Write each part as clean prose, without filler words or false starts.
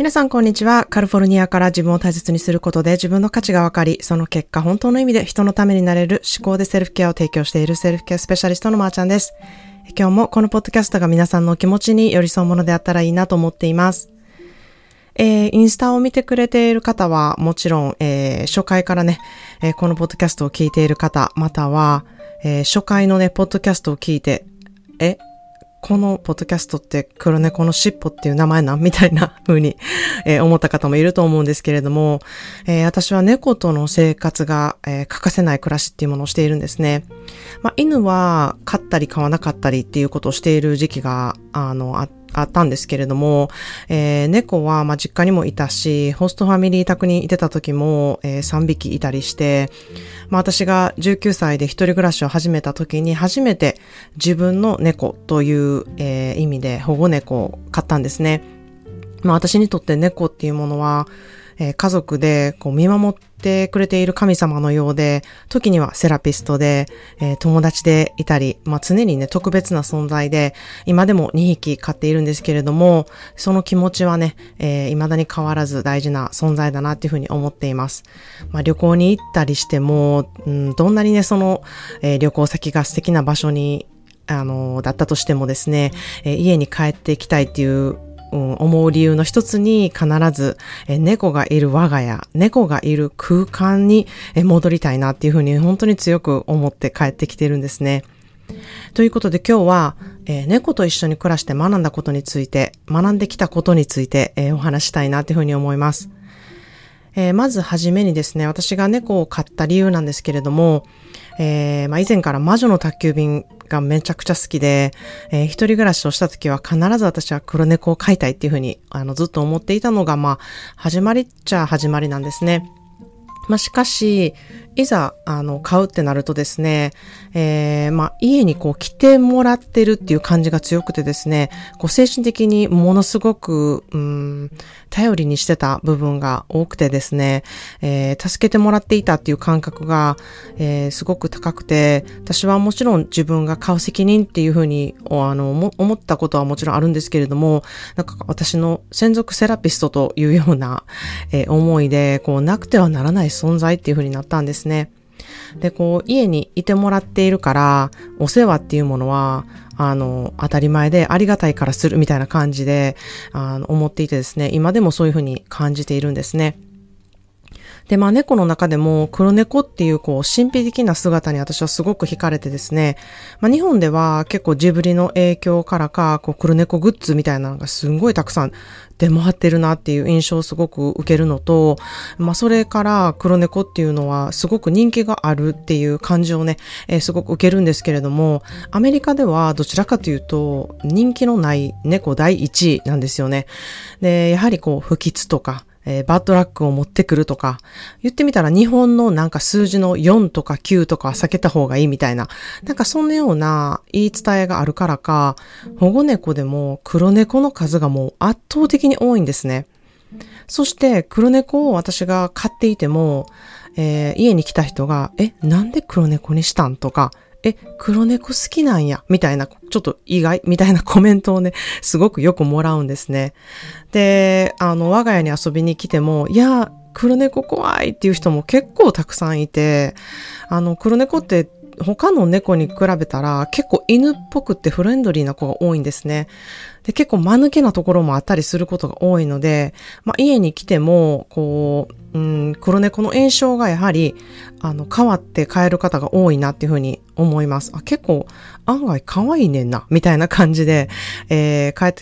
皆さんこんにちは。カリフォルニアから自分を大切にすることで自分の価値が分かり、その結果本当の意味で人のためになれる思考でセルフケアを提供しているセルフケアスペシャリストのまーちゃんです。今日もこのポッドキャストが皆さんの気持ちに寄り添うものであったらいいなと思っています。インスタを見てくれている方はもちろん、初回からね、このポッドキャストを聞いている方、または、初回のね、ポッドキャストを聞いて、このポッドキャストって黒猫のしっぽっていう名前なんみたいな風に、思った方もいると思うんですけれども、私は猫との生活が、欠かせない暮らしっていうものをしているんですね。犬は飼ったり飼わなかったりっていうことをしている時期があったんですけれども、猫は実家にもいたし、ホストファミリー宅にいてた時も、3匹いたりして、私が19歳で一人暮らしを始めた時に初めて自分の猫という、意味で保護猫を飼ったんですね。私にとって猫っていうものは、家族でこう見守ってくれている神様のようで、時にはセラピストで、友達でいたり、常にね、特別な存在で、今でも2匹飼っているんですけれども、その気持ちはね、未だに変わらず大事な存在だなっていうふうに思っています。旅行に行ったりしても、どんなにね、その、旅行先が素敵な場所に、だったとしてもですね、家に帰ってきたいっていう思う理由の一つに必ず猫がいる我が家、猫がいる空間に戻りたいなっていうふうに本当に強く思って帰ってきてるんですね。ということで今日は猫と一緒に暮らして学んだことについて、学んできたことについてお話したいなっていうふうに思います。まずはじめにですね、私が猫を飼った理由なんですけれども、以前から魔女の宅急便がめちゃくちゃ好きで、一人暮らしをした時は必ず私は黒猫を飼いたいっていうふうにずっと思っていたのが始まりっちゃ始まりなんですね。しかし、いざ、買うってなるとですね、家に来てもらってるっていう感じが強くてですね、精神的にものすごく、頼りにしてた部分が多くてですね、助けてもらっていたっていう感覚が、すごく高くて、私はもちろん自分が買う責任っていうふうに、思ったことはもちろんあるんですけれども、私の専属セラピストというような、思いで、なくてはならない存在っていうふうになったんですね。で、家にいてもらっているから、お世話っていうものは、当たり前でありがたいからするみたいな感じで、思っていてですね、今でもそういうふうに感じているんですね。で、猫の中でも黒猫っていう神秘的な姿に私はすごく惹かれてですね、日本では結構ジブリの影響からか、黒猫グッズみたいなのがすんごいたくさん出回ってるなっていう印象をすごく受けるのと、それから黒猫っていうのはすごく人気があるっていう感じをね、すごく受けるんですけれども、アメリカではどちらかというと人気のない猫第一位なんですよね。で、やはり不吉とか、バッドラックを持ってくるとか、言ってみたら日本の数字の4とか9とかは避けた方がいいみたいな、そのような言い伝えがあるからか、保護猫でも黒猫の数がもう圧倒的に多いんですね。そして黒猫を私が飼っていても、家に来た人が、なんで黒猫にしたんとか、黒猫好きなんやみたいな、ちょっと意外みたいなコメントをね、すごくよくもらうんですね。で、我が家に遊びに来ても、いや、黒猫怖いっていう人も結構たくさんいて、黒猫って他の猫に比べたら結構犬っぽくってフレンドリーな子が多いんですね。で、結構間抜けなところもあったりすることが多いので、家に来ても、黒猫の印象がやはり、変わって帰る方が多いなっていうふうに思います。結構、案外可愛いねんな、みたいな感じで、帰って、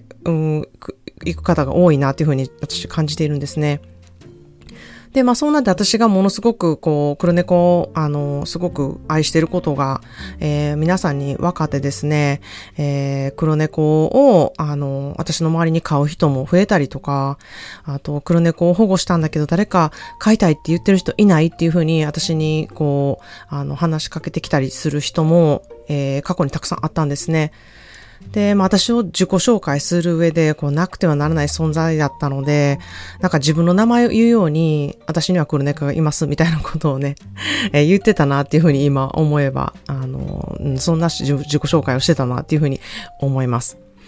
行く方が多いなっていうふうに私感じているんですね。で、そうなんで私がものすごく黒猫をすごく愛していることが、皆さんに分かってですね、黒猫を私の周りに飼う人も増えたりとか、あと黒猫を保護したんだけど誰か飼いたいって言ってる人いないっていうふうに私に話しかけてきたりする人も、過去にたくさんあったんですね。で、私を自己紹介する上で、なくてはならない存在だったので、自分の名前を言うように、私には黒猫がいます、みたいなことをね、言ってたなっていうふうに今思えば、そんな自己紹介をしてたなっていうふうに思います。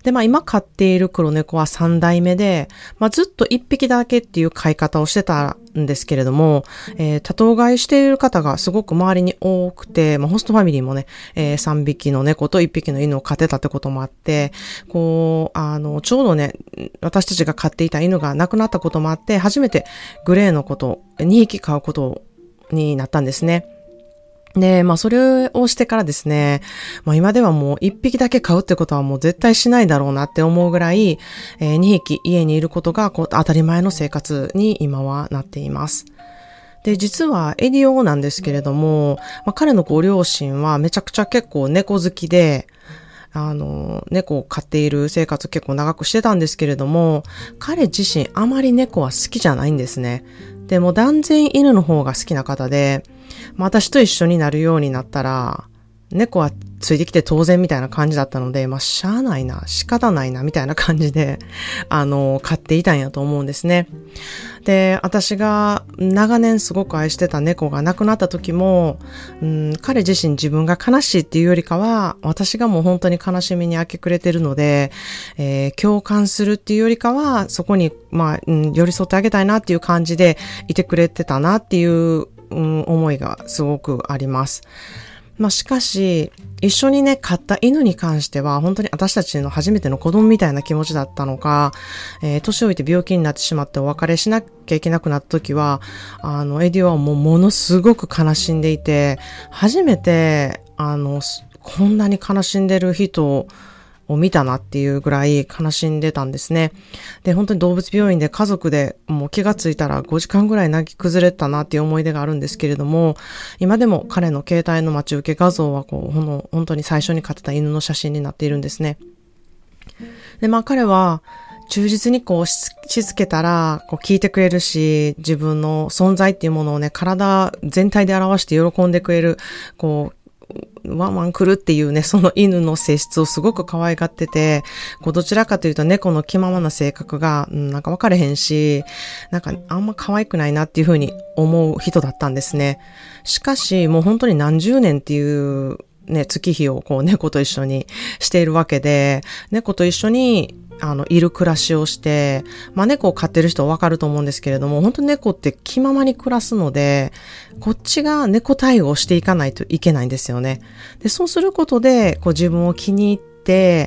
で、今飼っている黒猫は3代目で、ずっと1匹だけっていう飼い方をしてたんですけれども、多頭飼いしている方がすごく周りに多くて、ホストファミリーもね、3匹の猫と1匹の犬を飼ってたってこともあって、ちょうどね、私たちが飼っていた犬が亡くなったこともあって、初めてグレーの子と2匹飼うことになったんですね。で、それをしてからですね、今ではもう1匹だけ飼うってことはもう絶対しないだろうなって思うぐらい、2匹家にいることが当たり前の生活に今はなっています。で、実はエディオなんですけれども、彼のご両親はめちゃくちゃ結構猫好きで、猫を飼っている生活結構長くしてたんですけれども、彼自身あまり猫は好きじゃないんですね。でも断然犬の方が好きな方で、私と一緒になるようになったら、猫はついてきて当然みたいな感じだったので、しゃあないな、仕方ないな、みたいな感じで、飼っていたんやと思うんですね。で、私が長年すごく愛してた猫が亡くなった時も、彼自身自分が悲しいっていうよりかは、私がもう本当に悲しみに明け暮れてるので、共感するっていうよりかは、そこに、寄り添ってあげたいなっていう感じでいてくれてたなっていう、思いがすごくあります。しかし、一緒にね、飼った犬に関しては、本当に私たちの初めての子供みたいな気持ちだったのか、年老いて病気になってしまってお別れしなきゃいけなくなった時は、エディオはもうものすごく悲しんでいて、初めて、こんなに悲しんでる人を見たなっていうぐらい悲しんでたんですね。で、本当に動物病院で家族でもう気がついたら5時間ぐらい泣き崩れたなっていう思い出があるんですけれども、今でも彼の携帯の待ち受け画像は本当に最初に飼ってた犬の写真になっているんですね。で、彼は忠実にしつけたら聞いてくれるし、自分の存在っていうものをね、体全体で表して喜んでくれる、ワンワン来るっていうね、その犬の性質をすごく可愛がってて、どちらかというと猫の気ままな性格が、分かれへんし、あんま可愛くないなっていうふうに思う人だったんですね。しかし、もう本当に何十年っていうね、月日を猫と一緒にしているわけで、猫と一緒にいる暮らしをして、猫を飼ってる人はわかると思うんですけれども、本当に猫って気ままに暮らすので、こっちが猫対応していかないといけないんですよね。で、そうすることで、自分を気に入って、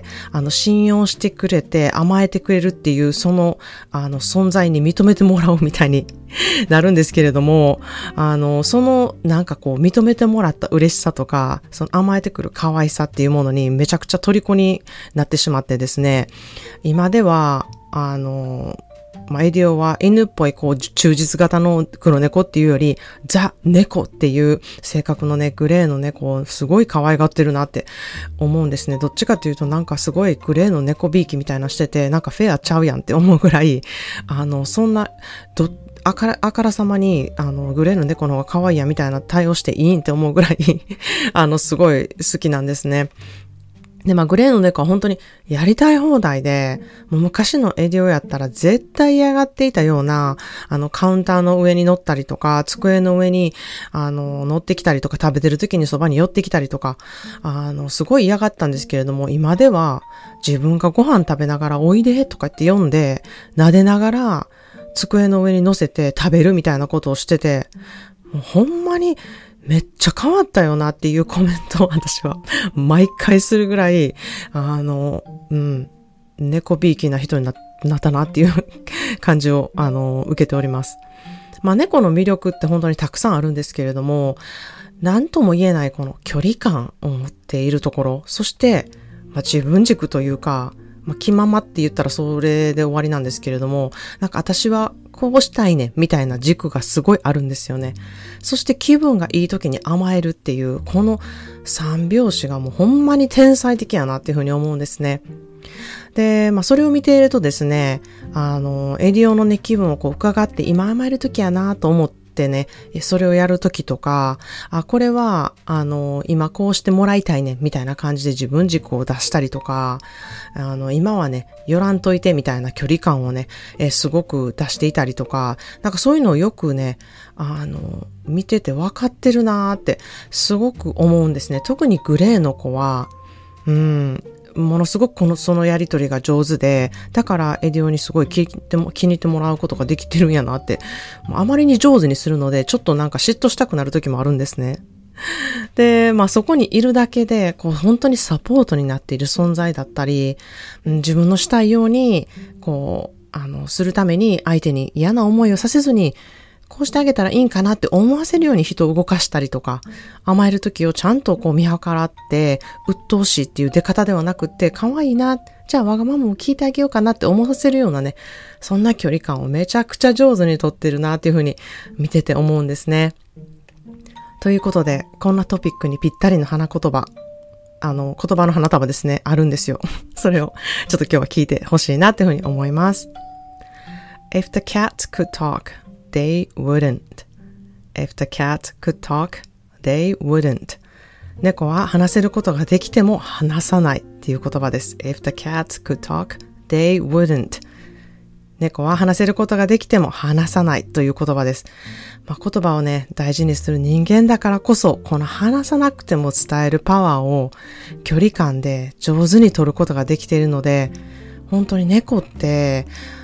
信用してくれて甘えてくれるっていう、その、存在に認めてもらおうみたいになるんですけれども、認めてもらった嬉しさとか、その甘えてくる可愛さっていうものにめちゃくちゃ虜になってしまってですね、今では、エディオは犬っぽい忠実型の黒猫っていうよりザ・猫っていう性格のね、グレーの猫をすごい可愛がってるなって思うんですね。どっちかというとすごいグレーの猫びいきみたいなしてて、フェアちゃうやんって思うぐらい、そんなあからさまにグレーの猫の方が可愛いやみたいな対応していいんって思うぐらいすごい好きなんですね。で、グレーの猫は本当にやりたい放題で、もう昔のエディオやったら絶対嫌がっていたような、カウンターの上に乗ったりとか、机の上に、乗ってきたりとか、食べてる時にそばに寄ってきたりとか、すごい嫌がったんですけれども、今では自分がご飯食べながらおいでとかって呼んで、撫でながら、机の上に乗せて食べるみたいなことをしてて、もうほんまに、めっちゃ変わったよなっていうコメントを私は毎回するぐらい、猫びいきな人になったなっていう感じを、受けております。猫の魅力って本当にたくさんあるんですけれども、何とも言えないこの距離感を持っているところ、そして、自分軸というか、気ままって言ったらそれで終わりなんですけれども、私はこうしたいねみたいな軸がすごいあるんですよね。そして気分がいい時に甘えるっていう、この三拍子がもうほんまに天才的やなっていうふうに思うんですね。で、それを見ているとですね、エディオのね、気分を伺って今甘える時やなと思ってね、それをやる時とか、これは、今こうしてもらいたいね、みたいな感じで自分軸を出したりとか、今はね、寄らんといてみたいな距離感をね、すごく出していたりとか、そういうのをよくね、見てて分かってるなーって、すごく思うんですね。特にグレーの子は、 ものすごくそのやりとりが上手で、だからエディオにすごい気に入ってもらうことができてるんやなって、あまりに上手にするので、ちょっとなんか嫉妬したくなる時もあるんですね。で、そこにいるだけで、本当にサポートになっている存在だったり、自分のしたいように、するために相手に嫌な思いをさせずに、こうしてあげたらいいんかなって思わせるように人を動かしたりとか、甘える時をちゃんと見計らって、鬱陶しいっていう出方ではなくって、可愛いな、じゃあわがままも聞いてあげようかなって思わせるようなね、そんな距離感をめちゃくちゃ上手にとってるなっていうふうに見てて思うんですね。ということで、こんなトピックにぴったりの花言葉、言葉の花束ですね、あるんですよ。それをちょっと今日は聞いてほしいなっていうふうに思います。If the cat could talk,They wouldn't. If the cat could talk, they wouldn't. 猫は話せることができても話さないっていう言葉です。If the cat could talk, they wouldn't. 猫は話せることができても話さないという言葉です。言葉をね、大事にする人間だからこそ、この話さなくても伝えるパワーを距離感で上手に取ることができているので、本当に猫って、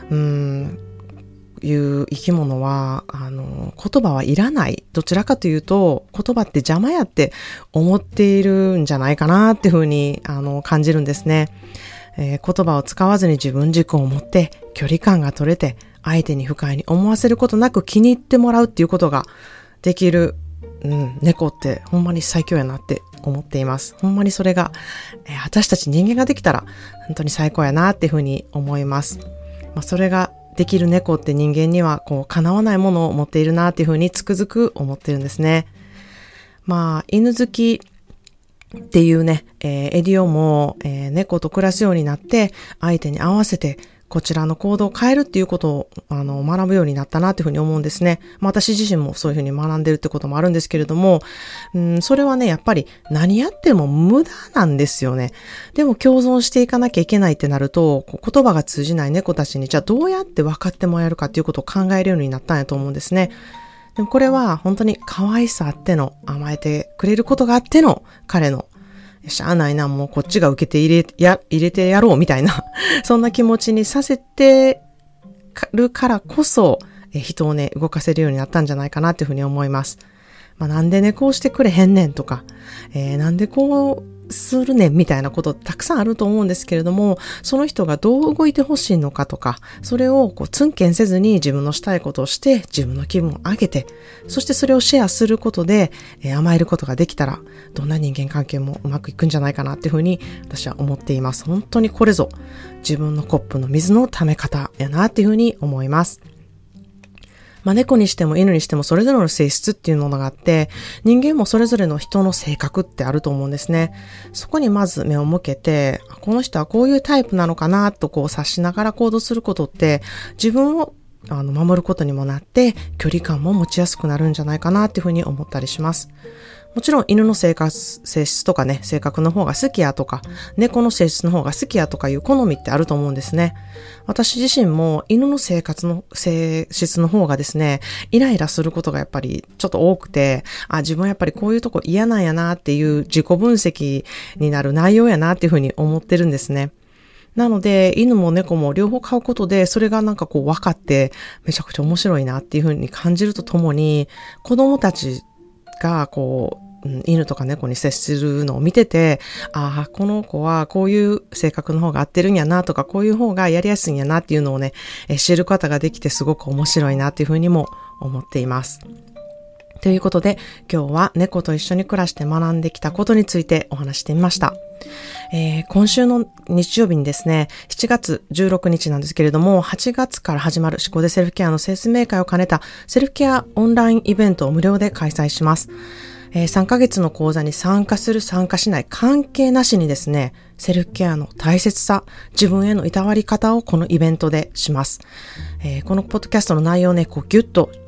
いう生き物は、言葉はいらない。どちらかというと、言葉って邪魔やって思っているんじゃないかなっていうふうに、感じるんですね。言葉を使わずに自分軸を持って距離感が取れて、相手に不快に思わせることなく気に入ってもらうっていうことができる、猫ってほんまに最強やなって思っています。ほんまにそれが、私たち人間ができたら本当に最高やなっていうふうに思います。それができる猫って人間には叶わないものを持っているなっていうふうにつくづく思ってるんですね。犬好きっていうね、エディオも、猫と暮らすようになって相手に合わせてこちらの行動を変えるっていうことを学ぶようになったなっていうふうに思うんですね。私自身もそういうふうに学んでるってこともあるんですけれども、それはね、やっぱり何やっても無駄なんですよね。でも共存していかなきゃいけないってなると、言葉が通じない猫たちにじゃあどうやって分かってもらえるかっていうことを考えるようになったんやと思うんですね。でもこれは本当に可愛さあっての、甘えてくれることがあっての彼のしゃあないな、もうこっちが受けて入れてやろうみたいなそんな気持ちにさせてるからこそ、人をね動かせるようになったんじゃないかなっていうふうに思います。なんでねこうしてくれへんねんとか、なんでこうするねんみたいなことたくさんあると思うんですけれども、その人がどう動いてほしいのかとか、それをツンケンせずに自分のしたいことをして自分の気分を上げて、そしてそれをシェアすることで、甘えることができたらどんな人間関係もうまくいくんじゃないかなっていうふうに私は思っています。本当にこれぞ自分のコップの水の溜め方やなっていうふうに思います。猫にしても犬にしてもそれぞれの性質っていうものがあって、人間もそれぞれの人の性格ってあると思うんですね。そこにまず目を向けて、この人はこういうタイプなのかなと察しながら行動することって、自分を守ることにもなって、距離感も持ちやすくなるんじゃないかなっていうふうに思ったりします。もちろん犬の性質とかね、性格の方が好きやとか、猫の性質の方が好きやとかいう好みってあると思うんですね。私自身も犬の性質の方がですね、イライラすることがやっぱりちょっと多くて、自分はやっぱりこういうとこ嫌なんやなっていう自己分析になる内容やなっていうふうに思ってるんですね。なので、犬も猫も両方飼うことで、それがなんか分かって、めちゃくちゃ面白いなっていうふうに感じるとともに、子供たちが犬とか猫に接するのを見てて、この子はこういう性格の方が合ってるんやなとか、こういう方がやりやすいんやなっていうのをね、知ることができてすごく面白いなっていうふうにも思っています。ということで、今日は猫と一緒に暮らして学んできたことについてお話してみました。今週の日曜日にですね、7月16日なんですけれども、8月から始まる思考でセルフケアの説明会を兼ねたセルフケアオンラインイベントを無料で開催します。3ヶ月の講座に参加する参加しない関係なしにですね、セルフケアの大切さ、自分へのいたわり方をこのイベントでします。このポッドキャストの内容をね、ギュッと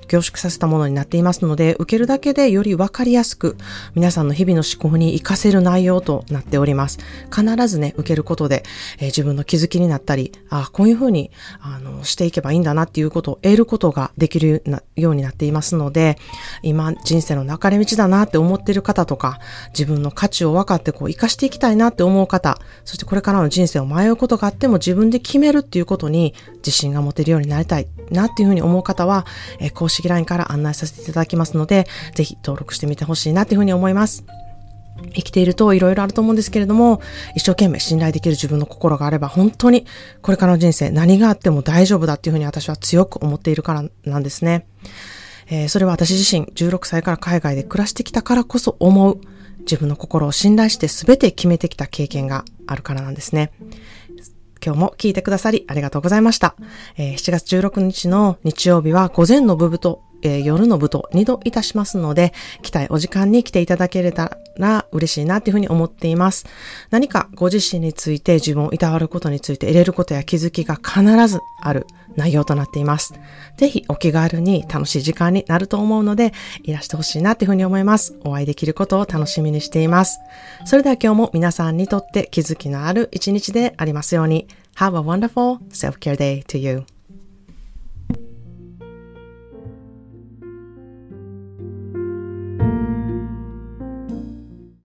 凝縮させたものになっていますので、受けるだけでよりわかりやすく皆さんの日々の思考に活かせる内容となっております。必ずね、受けることで、自分の気づきになったり、こういうふうにしていけばいいんだなっていうことを得ることができるようになっていますので、今人生の分かれ道だなって思っている方とか、自分の価値を分かって生かしていきたいなって思う方、そしてこれからの人生を迷うことがあっても自分で決めるっていうことに自信が持てるようになりたいなっていうふうに思う方は、公式 LINE から案内させていただきますので、ぜひ登録してみてほしいなっていうふうに思います。生きているといろいろあると思うんですけれども、一生懸命信頼できる自分の心があれば、本当にこれからの人生何があっても大丈夫だっていうふうに私は強く思っているからなんですね。それは私自身16歳から海外で暮らしてきたからこそ思う、自分の心を信頼して全て決めてきた経験があるからなんですね。今日も聞いてくださりありがとうございました。7月16日の日曜日は午前の部分と夜の部と2度いたしますので、来たいお時間に来ていただけれたら嬉しいなというふうに思っています。何かご自身について、自分をいたわることについて得れることや気づきが必ずある内容となっています。ぜひお気軽に楽しい時間になると思うので、いらしてほしいなというふうに思います。お会いできることを楽しみにしています。それでは今日も皆さんにとって気づきのある一日でありますように。Have a wonderful self-care day to you.